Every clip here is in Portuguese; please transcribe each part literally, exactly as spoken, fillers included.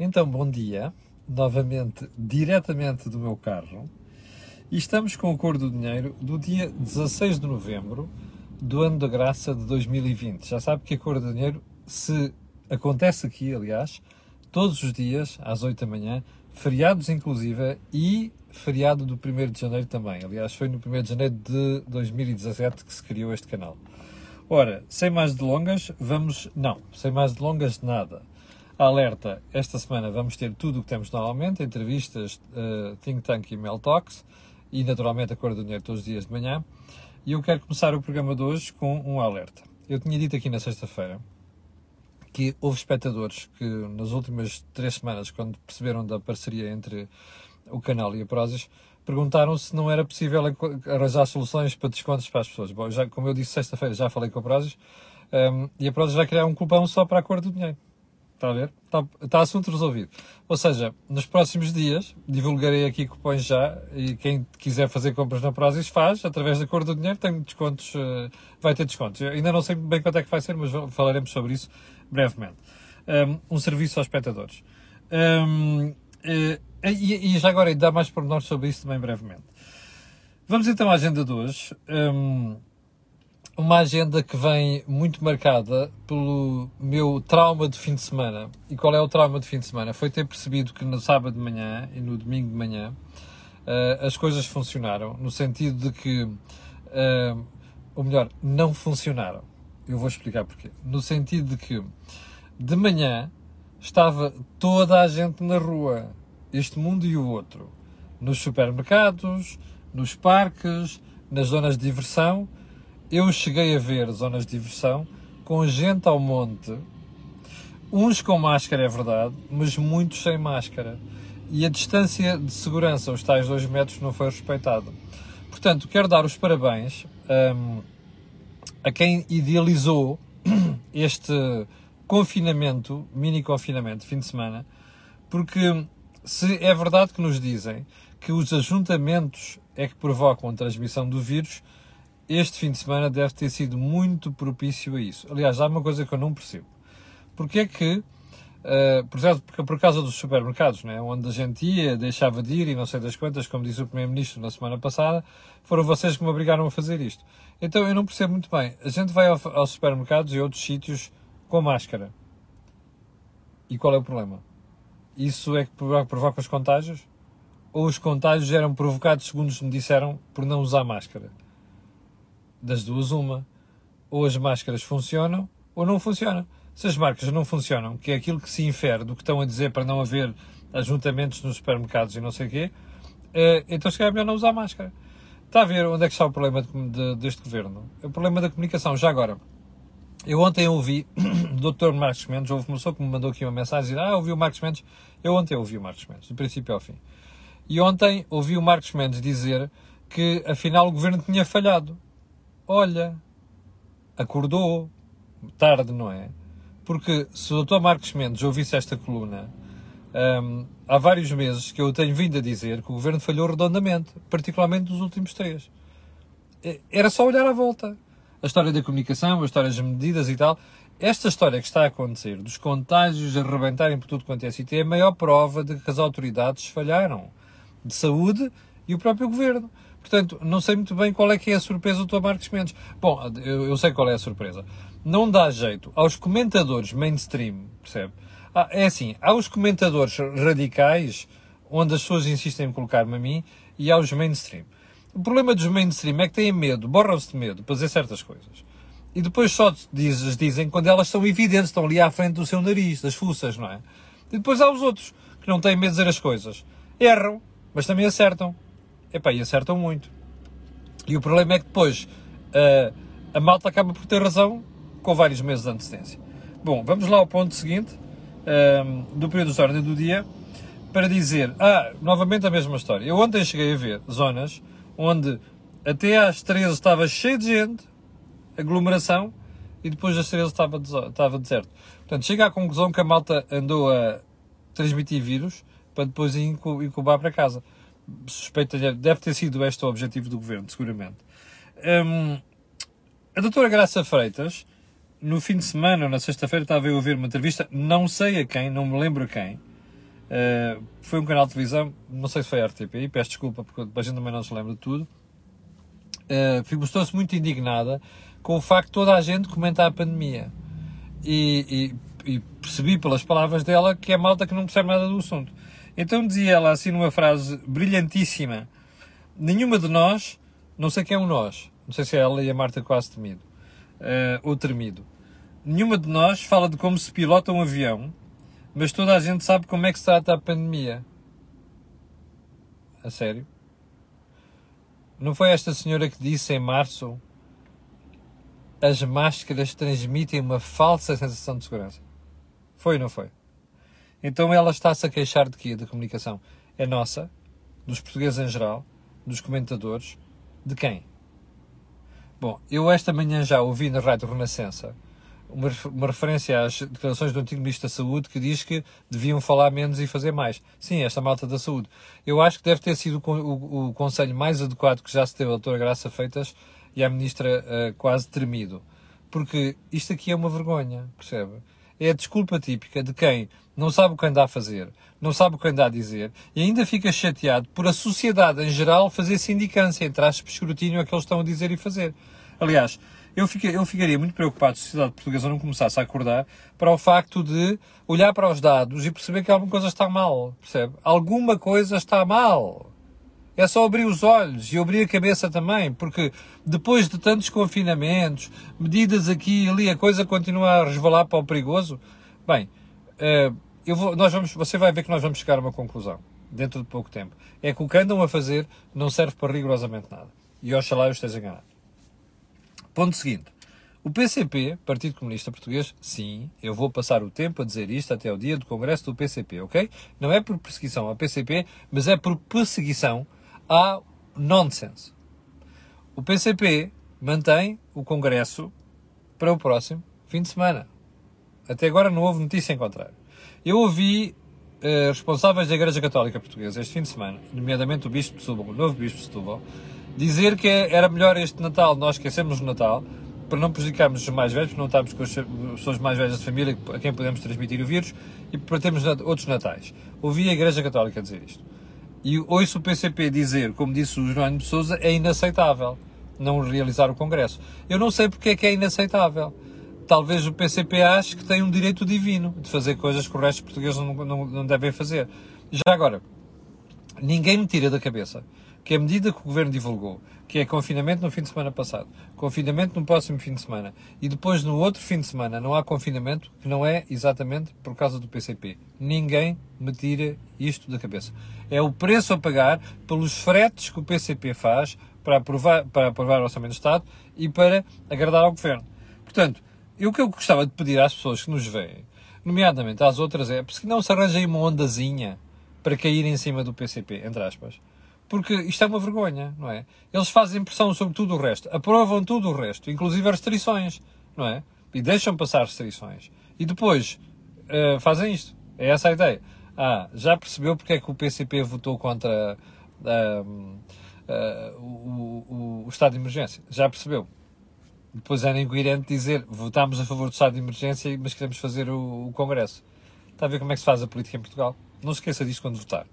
Então, bom dia, novamente, diretamente do meu carro, e estamos com a Cor do Dinheiro do dia dezasseis de novembro do ano da graça de dois mil e vinte. Já sabe que a Cor do Dinheiro se acontece aqui, aliás, todos os dias, às oito da manhã, feriados inclusive, e feriado do primeiro de janeiro também. Aliás, foi no primeiro de janeiro de dois mil e dezassete que se criou este canal. Ora, sem mais delongas, vamos... Não, sem mais delongas, nada. Alerta, esta semana vamos ter tudo o que temos normalmente, entrevistas, uh, Think Tank e Mail Talks, e naturalmente a Cor do Dinheiro todos os dias de manhã. E eu quero começar o programa de hoje com um alerta. Eu tinha dito aqui na sexta-feira que houve espectadores que nas últimas três semanas, quando perceberam da parceria entre o canal e a Prozis, perguntaram se não era possível arranjar soluções para descontos para as pessoas. Bom, já, como eu disse sexta-feira, já falei com a Prozis, um, e a Prozis vai criar um cupom só para a Cor do Dinheiro. Está a ver? Está, está assunto resolvido. Ou seja, nos próximos dias, divulgarei aqui cupons já, e quem quiser fazer compras na Prozis faz, através da Cor do Dinheiro, tem descontos, uh, vai ter descontos. Eu ainda não sei bem quanto é que vai ser, mas falaremos sobre isso brevemente. Um, um serviço aos espectadores. Um, uh, e, e já agora, dá mais pormenores sobre isso também brevemente. Vamos então à agenda de hoje. Um, Uma agenda que vem muito marcada pelo meu trauma de fim de semana. E qual é o trauma de fim de semana? Foi ter percebido que no sábado de manhã e no domingo de manhã uh, as coisas funcionaram, no sentido de que, uh, ou melhor, não funcionaram. Eu vou explicar porquê. No sentido de que de manhã estava toda a gente na rua, este mundo e o outro, nos supermercados, nos parques, nas zonas de diversão. Eu cheguei a ver zonas de diversão com gente ao monte, uns com máscara, é verdade, mas muitos sem máscara. E a distância de segurança, os tais dois metros, não foi respeitada. Portanto, quero dar os parabéns um, a quem idealizou este confinamento, mini confinamento, fim de semana, porque se é verdade que nos dizem que os ajuntamentos é que provocam a transmissão do vírus, este fim de semana deve ter sido muito propício a isso. Aliás, há uma coisa que eu não percebo. Porque é que, uh, por exemplo, por causa dos supermercados, né, onde a gente ia, deixava de ir e não sei das quantas, como disse o Primeiro-Ministro na semana passada, foram vocês que me obrigaram a fazer isto. Então eu não percebo muito bem. A gente vai ao, aos supermercados e outros sítios com máscara. E qual é o problema? Isso é que provoca os contágios? Ou os contágios eram provocados, segundo me disseram, por não usar máscara? Das duas, uma. Ou as máscaras funcionam, ou não funcionam. Se as máscaras não funcionam, que é aquilo que se infere do que estão a dizer para não haver ajuntamentos nos supermercados e não sei o quê, então se calhar é melhor não usar máscara. Está a ver onde é que está o problema de, de, deste governo? O problema da comunicação. Já agora, eu ontem ouvi o doutor Marcos Mendes, houve uma pessoa que me mandou aqui uma mensagem, dizer, ah, ouvi o Marcos Mendes. Eu ontem ouvi o Marcos Mendes, do princípio ao fim. E ontem ouvi o Marcos Mendes dizer que, afinal, o governo tinha falhado. Olha, acordou, tarde, não é? Porque se o doutor Marcos Mendes ouvisse esta coluna, hum, há vários meses que eu tenho vindo a dizer que o governo falhou redondamente, particularmente nos últimos três. Era só olhar à volta. A história da comunicação, a história das medidas e tal. Esta história que está a acontecer, dos contágios a rebentarem por tudo quanto é sítio, é a maior prova de que as autoridades falharam. De saúde e o próprio governo. Portanto, não sei muito bem qual é que é a surpresa do doutor Marcos Mendes. Bom, eu, eu sei qual é a surpresa. Não dá jeito aos comentadores mainstream, percebe? Ah, é assim, há os comentadores radicais, onde as pessoas insistem em colocar-me a mim, e há os mainstream. O problema dos mainstream é que têm medo, borram-se de medo para dizer certas coisas. E depois só diz, dizem quando elas são evidentes, estão ali à frente do seu nariz, das fuças, não é? E depois há os outros, que não têm medo de dizer as coisas. Erram, mas também acertam. Epá, e acertam muito. E o problema é que depois uh, a malta acaba por ter razão com vários meses de antecedência. Bom, vamos lá ao ponto seguinte uh, do período de ordem do dia para dizer, ah, novamente a mesma história. Eu ontem cheguei a ver zonas onde até às treze estava cheio de gente, aglomeração, e depois das treze estava, estava deserto. Portanto, chega à conclusão que a malta andou a transmitir vírus para depois incubar para casa. Suspeita, deve ter sido este o objetivo do governo, seguramente. Um, a doutora Graça Freitas, no fim de semana, ou na sexta-feira, estava eu a ver uma entrevista, não sei a quem, não me lembro a quem, Uh, foi um canal de televisão, não sei se foi a R T P, peço desculpa porque a gente também não se lembra de tudo. Uh, mostrou-se muito indignada com o facto de toda a gente comentar a pandemia. E, e, e percebi pelas palavras dela que é malta que não percebe nada do assunto. Então dizia ela assim numa frase brilhantíssima: nenhuma de nós, não sei quem é um nós, não sei se é ela e a Marta quase temido, uh, ou tremido, nenhuma de nós fala de como se pilota um avião, mas toda a gente sabe como é que se trata a pandemia. A sério? Não foi esta senhora que disse em março: as máscaras transmitem uma falsa sensação de segurança? Foi ou não foi? Então ela está-se a queixar de quê? Da comunicação. É nossa? Dos portugueses em geral? Dos comentadores? De quem? Bom, eu esta manhã já ouvi na Rádio Renascença uma, uma referência às declarações do antigo Ministro da Saúde que diz que deviam falar menos e fazer mais. Sim, esta malta da saúde. Eu acho que deve ter sido o, o, o conselho mais adequado que já se teve a doutora Graça Freitas e à Ministra uh, quase tremido. Porque isto aqui é uma vergonha, percebe? É a desculpa típica de quem não sabe o que anda a fazer, não sabe o que anda a dizer e ainda fica chateado por a sociedade em geral fazer sindicância, entre aspas, escrutínio a que eles estão a dizer e fazer. Aliás, eu, fiquei, eu ficaria muito preocupado se a sociedade portuguesa não começasse a acordar para o facto de olhar para os dados e perceber que alguma coisa está mal, percebe? Alguma coisa está mal. É só abrir os olhos e abrir a cabeça também, porque depois de tantos confinamentos, medidas aqui e ali, a coisa continua a resvalar para o perigoso. Bem, eu vou, nós vamos, você vai ver que nós vamos chegar a uma conclusão, dentro de pouco tempo. É que o que andam a fazer não serve para rigorosamente nada. E oxalá eu esteja enganado. Ponto seguinte. O P C P, Partido Comunista Português, sim, eu vou passar o tempo a dizer isto até o dia do Congresso do P C P, ok? Não é por perseguição ao P C P, mas é por perseguição ao nonsense. O P C P mantém o Congresso para o próximo fim de semana. Até agora não houve notícia em contrário. Eu ouvi uh, responsáveis da Igreja Católica Portuguesa este fim de semana, nomeadamente o Bispo de Setúbal, o novo Bispo de Setúbal, dizer que era melhor este Natal nós esquecermos o Natal para não prejudicarmos os mais velhos, para não estarmos com as pessoas mais velhas de família a quem podemos transmitir o vírus e para termos outros natais. Ouvi a Igreja Católica dizer isto. E ouço o P C P dizer, como disse o Jerónimo de Sousa, é inaceitável não realizar o Congresso. Eu não sei porque é que é inaceitável. Talvez o P C P ache que tem um direito divino de fazer coisas que o resto dos portugueses não, não, não devem fazer. Já agora, ninguém me tira da cabeça que a medida que o Governo divulgou, que é confinamento no fim de semana passado, confinamento no próximo fim de semana, e depois no outro fim de semana não há confinamento, que não é exatamente por causa do P C P. Ninguém me tira isto da cabeça. É o preço a pagar pelos fretes que o P C P faz para aprovar, para aprovar o Orçamento do Estado e para agradar ao Governo. Portanto, eu o que eu gostava de pedir às pessoas que nos veem, nomeadamente às outras, é porque não se arranjem uma ondazinha para cair em cima do P C P, entre aspas. Porque isto é uma vergonha, não é? Eles fazem pressão sobre tudo o resto, aprovam tudo o resto, inclusive as restrições, não é? E deixam passar restrições. E depois uh, fazem isto. É essa a ideia. Ah, já percebeu porque é que o P C P votou contra uh, uh, o, o, o estado de emergência? Já percebeu? Depois era incoerente dizer votámos a favor do estado de emergência, mas queremos fazer o, o Congresso. Está a ver como é que se faz a política em Portugal? Não se esqueça disso quando votar.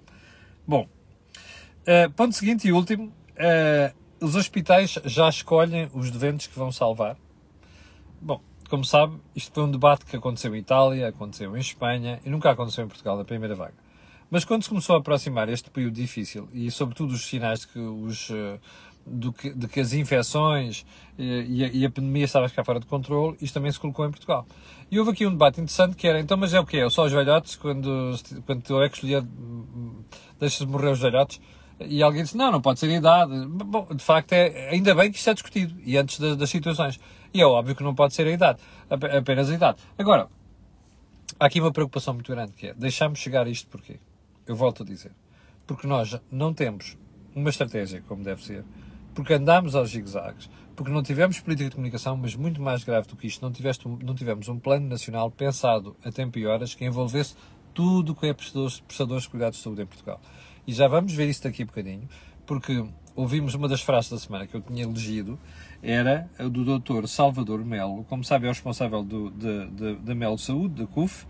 Bom, uh, ponto seguinte e último. Uh, os hospitais já escolhem os doentes que vão salvar. Bom, como sabe, isto foi um debate que aconteceu em Itália, aconteceu em Espanha e nunca aconteceu em Portugal, na primeira vaga. Mas quando se começou a aproximar este período difícil e sobretudo os sinais de que, os, do que, de que as infecções e a, e a pandemia estava a ficar fora de controle, isto também se colocou em Portugal. E houve aqui um debate interessante que era, então, mas é o quê? É só os velhotes, quando, quando tu é que escolher, deixas de morrer os velhotes? E alguém disse, não, não pode ser a idade. Bom, de facto, é, ainda bem que isto é discutido, e antes das, das situações. E é óbvio que não pode ser a idade, apenas a idade. Agora, há aqui uma preocupação muito grande, que é, deixamos chegar a isto porquê? Eu volto a dizer, porque nós não temos uma estratégia como deve ser, porque andamos aos zigue-zagues, porque não tivemos política de comunicação, mas muito mais grave do que isto, não, tiveste, não tivemos um plano nacional pensado a tempo e horas que envolvesse tudo o que é prestadores, prestadores de cuidados de saúde em Portugal. E já vamos ver isso daqui a bocadinho, porque ouvimos uma das frases da semana que eu tinha elegido, era a do doutor Salvador Melo, como sabe é o responsável do, de, de, da Melo Saúde, da C U F,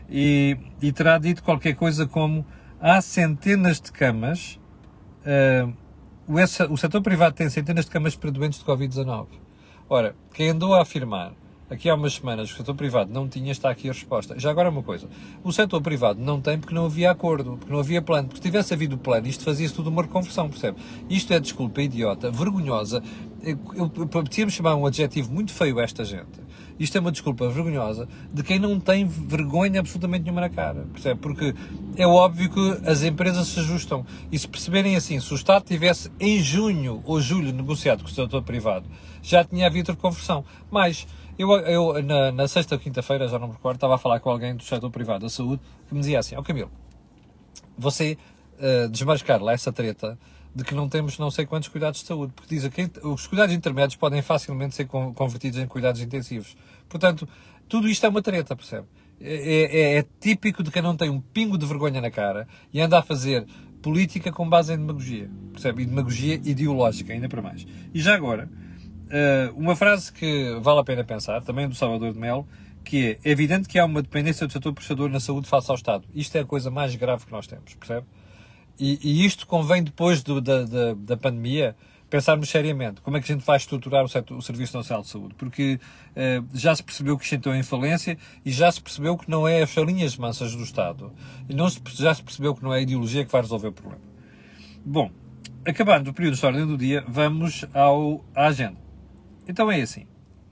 e, e terá dito qualquer coisa como há centenas de camas, uh, o, o setor privado tem centenas de camas para doentes de covid dezanove. Ora, quem andou a afirmar aqui há umas semanas que o setor privado não tinha, está aqui a resposta. Já agora uma coisa, o setor privado não tem porque não havia acordo, porque não havia plano, porque se tivesse havido plano, isto fazia-se tudo uma reconversão, percebe? Isto é desculpa idiota, vergonhosa, eu, eu, eu podia-me chamar um adjetivo muito feio a esta gente. Isto é uma desculpa vergonhosa de quem não tem vergonha absolutamente nenhuma na cara, percebe? Porque é óbvio que as empresas se ajustam e se perceberem assim, se o Estado tivesse em junho ou julho negociado com o setor privado, já tinha havido reconversão. Mas eu, eu na, na sexta ou quinta-feira, já não me recordo, estava a falar com alguém do setor privado da saúde que me dizia assim, ó oh, Camilo, você uh, desmascar lá essa treta de que não temos não sei quantos cuidados de saúde, porque diz que os cuidados intermédios podem facilmente ser convertidos em cuidados intensivos. Portanto, tudo isto é uma treta, percebe? É, é, é típico de quem não tem um pingo de vergonha na cara e anda a fazer política com base em demagogia, percebe? E demagogia ideológica, ainda para mais. E já agora, uma frase que vale a pena pensar, também do Salvador de Melo, que é evidente que há uma dependência do setor prestador na saúde face ao Estado. Isto é a coisa mais grave que nós temos, percebe? E, e isto convém depois do, da, da, da pandemia pensarmos seriamente como é que a gente vai estruturar o, setor, o Serviço Nacional de Saúde, porque eh, já se percebeu que isto entrou em falência e já se percebeu que não é as farinhas mansas do Estado e não se, já se percebeu que não é a ideologia que vai resolver o problema. Bom, acabando o período de ordem do dia, vamos ao, à agenda. Então é assim.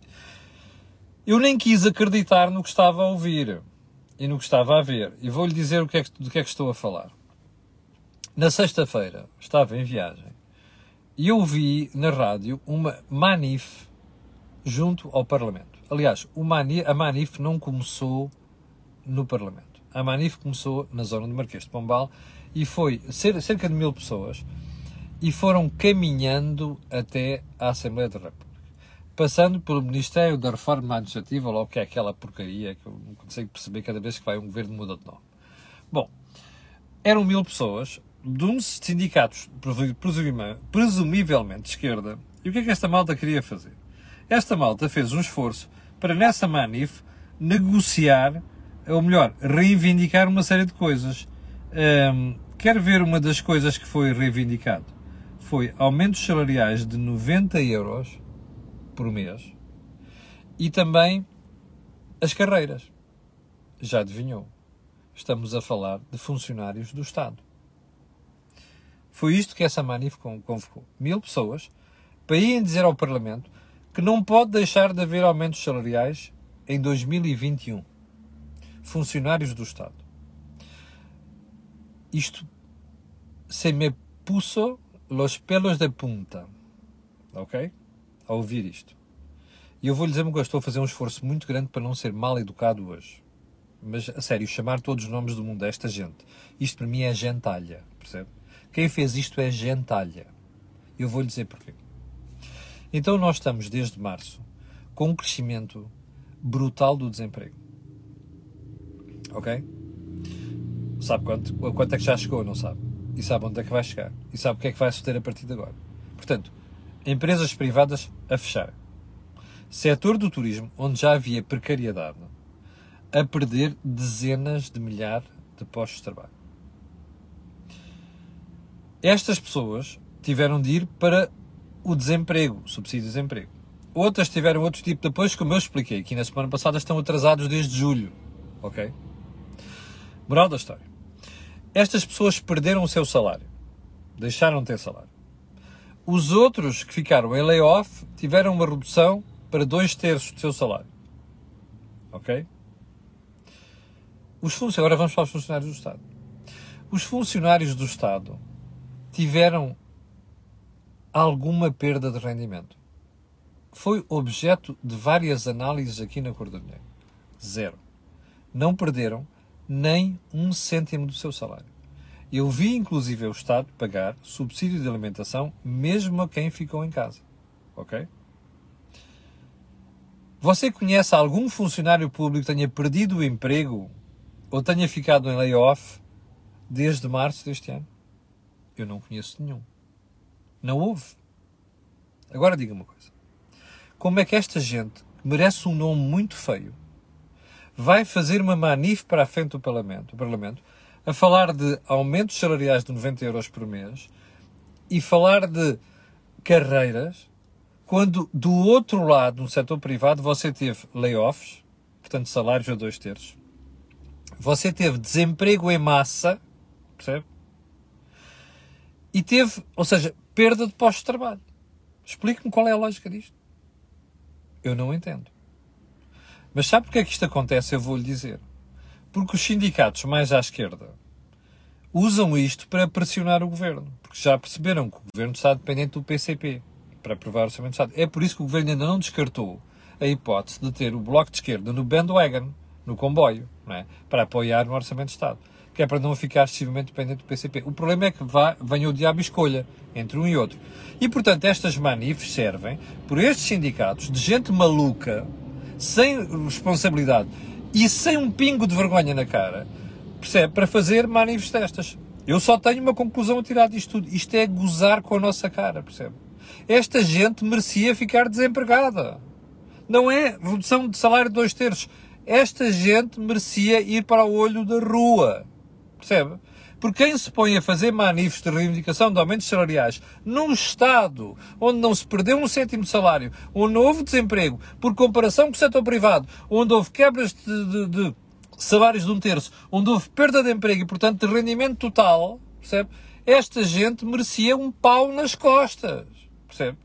Eu nem quis acreditar no que estava a ouvir e no que estava a ver. E vou-lhe dizer o que é que, do que é que estou a falar. Na sexta-feira estava em viagem e eu vi na rádio uma manif junto ao Parlamento. Aliás, o mani, a manif não começou no Parlamento. A manif começou na zona do Marquês de Pombal e foi cerca de mil pessoas e foram caminhando até à Assembleia da República. Passando pelo Ministério da Reforma Administrativa, logo que é aquela porcaria que eu não consigo perceber cada vez que vai um governo muda de nome. Bom, eram mil pessoas, de uns sindicatos presumivelmente de esquerda, e o que é que esta malta queria fazer? Esta malta fez um esforço para, nessa manif, negociar, ou melhor, reivindicar uma série de coisas. Um, quer ver uma das coisas que foi reivindicado? Foi aumentos salariais de noventa euros por mês e também as carreiras. Já adivinhou? Estamos a falar de funcionários do Estado. Foi isto que essa manif convocou. Mil pessoas para irem dizer ao Parlamento que não pode deixar de haver aumentos salariais em dois mil e vinte e um. Funcionários do Estado. Isto se me puso los pelos de punta. Ok? A ouvir isto. E eu vou-lhe dizer uma coisa, estou a fazer um esforço muito grande para não ser mal educado hoje. Mas, a sério, chamar todos os nomes do mundo a esta gente, isto para mim é gentalha, percebe? Quem fez isto é gentalha. Eu vou-lhe dizer porquê. Então nós estamos, desde março, com um crescimento brutal do desemprego. Ok? Sabe quanto, quanto é que já chegou, não sabe? E sabe onde é que vai chegar. E sabe o que é que vai suceder a partir de agora. Portanto, empresas privadas a fechar. Setor do turismo, onde já havia precariedade, a perder dezenas de milhares de postos de trabalho. Estas pessoas tiveram de ir para o desemprego, subsídio de desemprego. Outras tiveram outro tipo de apoios, como eu expliquei aqui na semana passada, estão atrasados desde julho. Ok? Moral da história. Estas pessoas perderam o seu salário. Deixaram de ter salário. Os outros que ficaram em layoff tiveram uma redução para dois terços do seu salário. Ok? Os funcionários, agora vamos para os funcionários do Estado. Os funcionários do Estado tiveram alguma perda de rendimento. Foi objeto de várias análises aqui na Cor do Dinheiro. Zero. Não perderam nem um cêntimo do seu salário. Eu vi, inclusive, o Estado pagar subsídio de alimentação mesmo a quem ficou em casa. Ok? Você conhece algum funcionário público que tenha perdido o emprego ou tenha ficado em layoff desde março deste ano? Eu não conheço nenhum. Não houve. Agora diga uma coisa. Como é que esta gente, que merece um nome muito feio, vai fazer uma manif para a frente do Parlamento, do Parlamento a falar de aumentos salariais de noventa euros por mês e falar de carreiras, quando do outro lado, no setor privado, você teve layoffs, portanto salários a dois terços, você teve desemprego em massa, percebe? E teve, ou seja, perda de postos de trabalho. Explique-me qual é a lógica disto. Eu não entendo. Mas sabe porque é que isto acontece? Eu vou-lhe dizer. Porque os sindicatos mais à esquerda usam isto para pressionar o governo. Porque já perceberam que o governo está dependente do P C P para aprovar o Orçamento de Estado. É por isso que o governo ainda não descartou a hipótese de ter o Bloco de Esquerda no bandwagon, no comboio, não é? Para apoiar no Orçamento de Estado. Que é para não ficar excessivamente dependente do P C P. O problema é que vá, venha o diabo e escolha entre um e outro. E, portanto, estas manifes servem por estes sindicatos de gente maluca, sem responsabilidade e sem um pingo de vergonha na cara, percebe? Para fazer manifes destas. Eu só tenho uma conclusão a tirar disto tudo. Isto é gozar com a nossa cara, percebe? Esta gente merecia ficar desempregada. Não é redução de salário de dois terços. Esta gente merecia ir para o olho da rua. Percebe? Porque quem se põe a fazer manifes de reivindicação de aumentos salariais num Estado onde não se perdeu um cêntimo de salário, onde houve desemprego, por comparação com o setor privado, onde houve quebras de, de, de salários de um terço, onde houve perda de emprego e, portanto, de rendimento total, percebe? Esta gente merecia um pau nas costas. Percebe?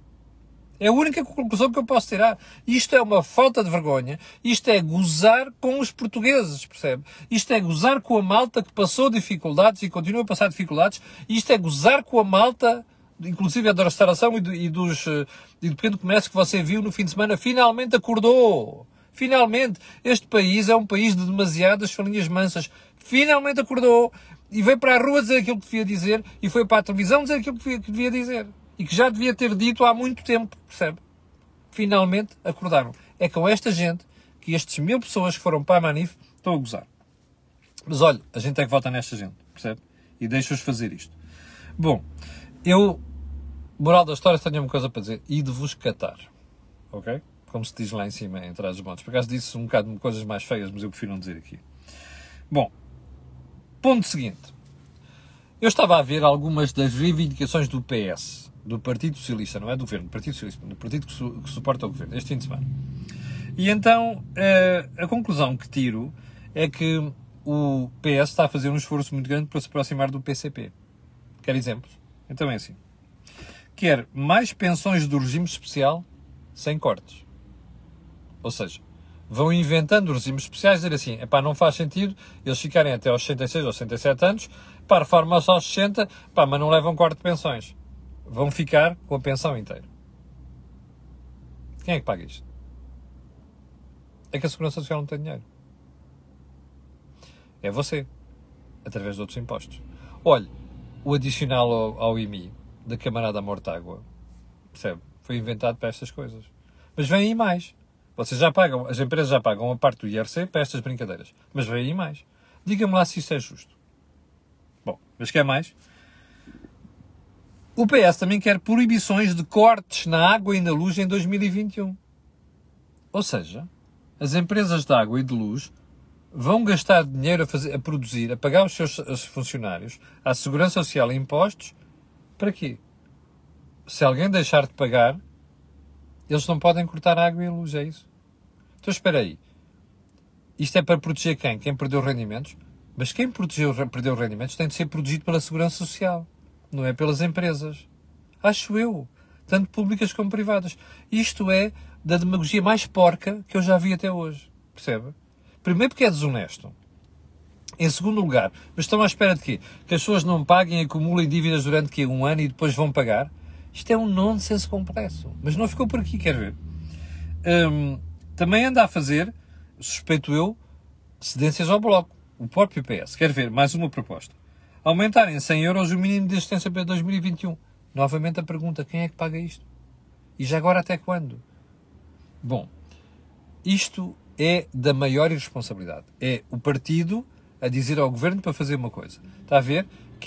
É a única conclusão que eu posso tirar. Isto é uma falta de vergonha. Isto é gozar com os portugueses, percebe? Isto é gozar com a malta que passou dificuldades e continua a passar dificuldades. Isto é gozar com a malta, inclusive a da restauração e do, e dos, e do pequeno comércio que você viu no fim de semana. Finalmente acordou. Finalmente. Este país é um país de demasiadas farinhas mansas. Finalmente acordou. E veio para a rua dizer aquilo que devia dizer. E foi para a televisão dizer aquilo que devia, que devia dizer. E que já devia ter dito há muito tempo, percebe? Finalmente acordaram. É com esta gente que estes mil pessoas que foram para a Manif estão a gozar. Mas olha, a gente é que vota nesta gente, percebe? E deixa-os fazer isto. Bom, eu, moral da história, tenho uma coisa para dizer. E de vos catar, ok? Como se diz lá em cima, em trás dos montes. Por acaso disse um bocado de coisas mais feias, mas eu prefiro não dizer aqui. Bom, ponto seguinte. Eu estava a ver algumas das reivindicações do P S, do Partido Socialista, não é do Governo, do Partido Socialista, do partido que, su que suporta o Governo, este fim de semana. E então, a, a conclusão que tiro é que o P S está a fazer um esforço muito grande para se aproximar do P C P. Quer exemplos? Então é assim. Quer mais pensões do regime especial sem cortes. Ou seja, vão inventando regimes especiais, dizer assim, epá, não faz sentido eles ficarem até aos sessenta e seis ou sessenta e sete anos, para reforma-se aos sessenta, pá, mas não levam corte de pensões. Vão ficar com a pensão inteira. Quem é que paga isto? É que a Segurança Social não tem dinheiro. É você. Através de outros impostos. Olha, o adicional ao, ao I M I da camarada Mortágua, percebe? Foi inventado para estas coisas. Mas vem aí mais. Vocês já pagam, as empresas já pagam a parte do I R C para estas brincadeiras. Mas vem aí mais. Diga-me lá se isto é justo. Bom, mas quer mais? O P S também quer proibições de cortes na água e na luz em dois mil e vinte e um. Ou seja, as empresas de água e de luz vão gastar dinheiro a, fazer, a produzir, a pagar os seus os funcionários, à Segurança Social e impostos, para quê? Se alguém deixar de pagar, eles não podem cortar a água e a luz, é isso? Então espera aí. Isto é para proteger quem? Quem perdeu rendimentos? Mas quem protegeu, perdeu rendimentos tem de ser protegido pela Segurança Social. Não é pelas empresas. Acho eu. Tanto públicas como privadas. Isto é da demagogia mais porca que eu já vi até hoje. Percebe? Primeiro porque é desonesto. Em segundo lugar, mas estão à espera de quê? Que as pessoas não paguem e acumulem dívidas durante quê? Um ano e depois vão pagar? Isto é um nonsense complexo. Mas não ficou por aqui, quer ver? Hum, também anda a fazer, suspeito eu, cedências ao Bloco. O próprio P S. Quer ver? Mais uma proposta. Aumentar em cem euros o mínimo de assistência para dois mil e vinte e um. Novamente a pergunta, quem é que paga isto? E já agora até quando? Bom, isto é da maior irresponsabilidade. É o partido a dizer ao governo para fazer uma coisa. Está a ver? Que é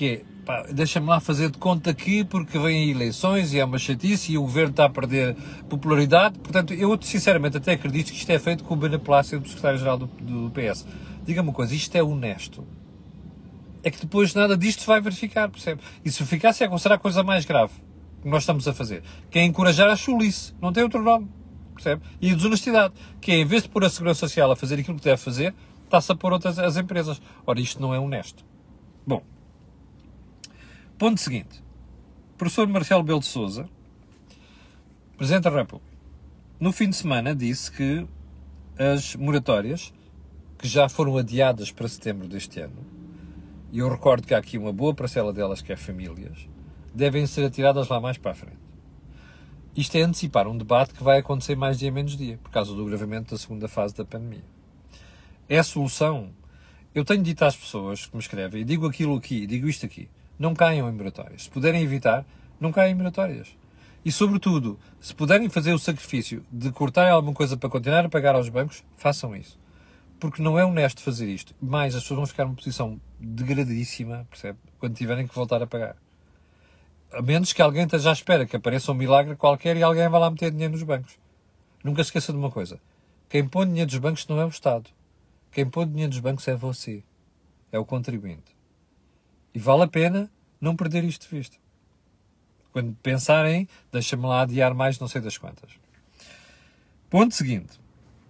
pá, deixa-me lá fazer de conta aqui porque vêm eleições e é uma chatice e o governo está a perder popularidade. Portanto, eu sinceramente até acredito que isto é feito com o beneplácito do secretário-geral do, do P S. Diga-me uma coisa, isto é honesto? É que depois nada disto se vai verificar, percebe? E se ficasse é será a coisa mais grave que nós estamos a fazer, que é encorajar a chulice, não tem outro nome, percebe? E a desonestidade, que é em vez de pôr a Segurança Social a fazer aquilo que deve fazer, está-se a pôr outras as empresas. Ora, isto não é honesto. Bom, ponto seguinte. Professor Marcelo Rebelo de Sousa, Presidente da República, no fim de semana disse que as moratórias, que já foram adiadas para setembro deste ano, e eu recordo que há aqui uma boa parcela delas que é famílias, devem ser atiradas lá mais para a frente. Isto é antecipar um debate que vai acontecer mais dia menos dia, por causa do agravamento da segunda fase da pandemia. É a solução? Eu tenho dito às pessoas que me escrevem, e digo aquilo aqui, digo isto aqui, não caiam em moratórias. Se puderem evitar, não caiam em moratórias. E, sobretudo, se puderem fazer o sacrifício de cortar alguma coisa para continuar a pagar aos bancos, façam isso. Porque não é honesto fazer isto. Mais, as pessoas vão ficar numa posição degradadíssima, percebe? Quando tiverem que voltar a pagar. A menos que alguém esteja à espera que apareça um milagre qualquer e alguém vá lá meter dinheiro nos bancos. Nunca se esqueça de uma coisa. Quem põe dinheiro dos bancos não é o Estado. Quem põe dinheiro dos bancos é você. É o contribuinte. E vale a pena não perder isto de vista. Quando pensarem, deixa-me lá adiar mais não sei das quantas. Ponto seguinte.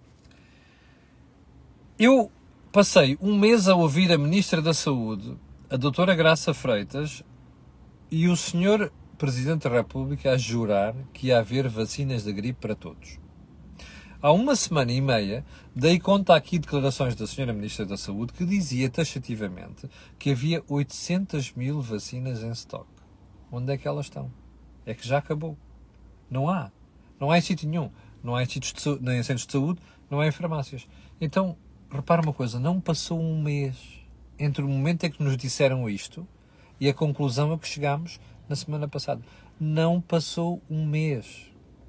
Eu passei um mês a ouvir a Ministra da Saúde, a doutora Graça Freitas, e o senhor Presidente da República a jurar que ia haver vacinas da gripe para todos. Há uma semana e meia dei conta aqui de declarações da senhora Ministra da Saúde que dizia taxativamente que havia oitocentas mil vacinas em stock. Onde é que elas estão? É que já acabou. Não há. Não há em sítio nenhum. Não há em sítios de saúde, nem em centros de saúde, não há em farmácias. Então, repara uma coisa, não passou um mês entre o momento em que nos disseram isto e a conclusão a que chegámos na semana passada. Não passou um mês.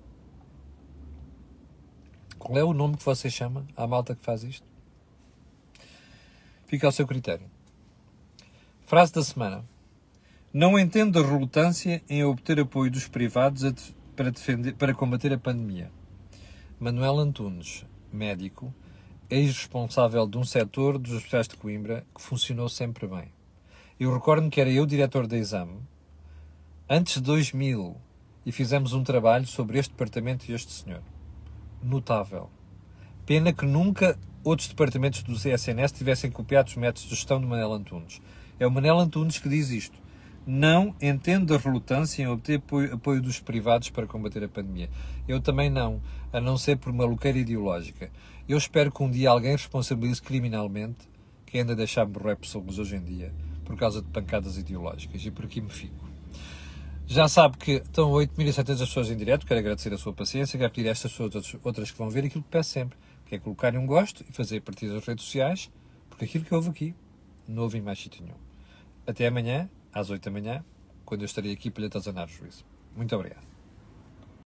Qual é o nome que você chama à malta que faz isto? Fica ao seu critério. Frase da semana. Não entendo a relutância em obter apoio dos privados para, defender, para combater a pandemia. Manuel Antunes, médico, ex-responsável de um setor dos hospitais de Coimbra que funcionou sempre bem. Eu recordo-me que era eu diretor da Exame, antes de dois mil, e fizemos um trabalho sobre este departamento e este senhor. Notável. Pena que nunca outros departamentos do C S N S tivessem copiado os métodos de gestão de Manuel Antunes. É o Manuel Antunes que diz isto. Não entendo a relutância em obter apoio, apoio dos privados para combater a pandemia. Eu também não, a não ser por uma loucura ideológica. Eu espero que um dia alguém responsabilize criminalmente quem anda a deixar morrer pessoas hoje em dia por causa de pancadas ideológicas. E por aqui me fico. Já sabe que estão oito mil e setecentas pessoas em direto. Quero agradecer a sua paciência. Quero pedir a estas pessoas, outras que vão ver, aquilo que peço sempre, que é colocarem um gosto e fazer a partir das redes sociais, porque aquilo que houve aqui não houve em mais sítio nenhum. Até amanhã, às oito da manhã, quando eu estarei aqui para lhe atazanar o juízo. Muito obrigado.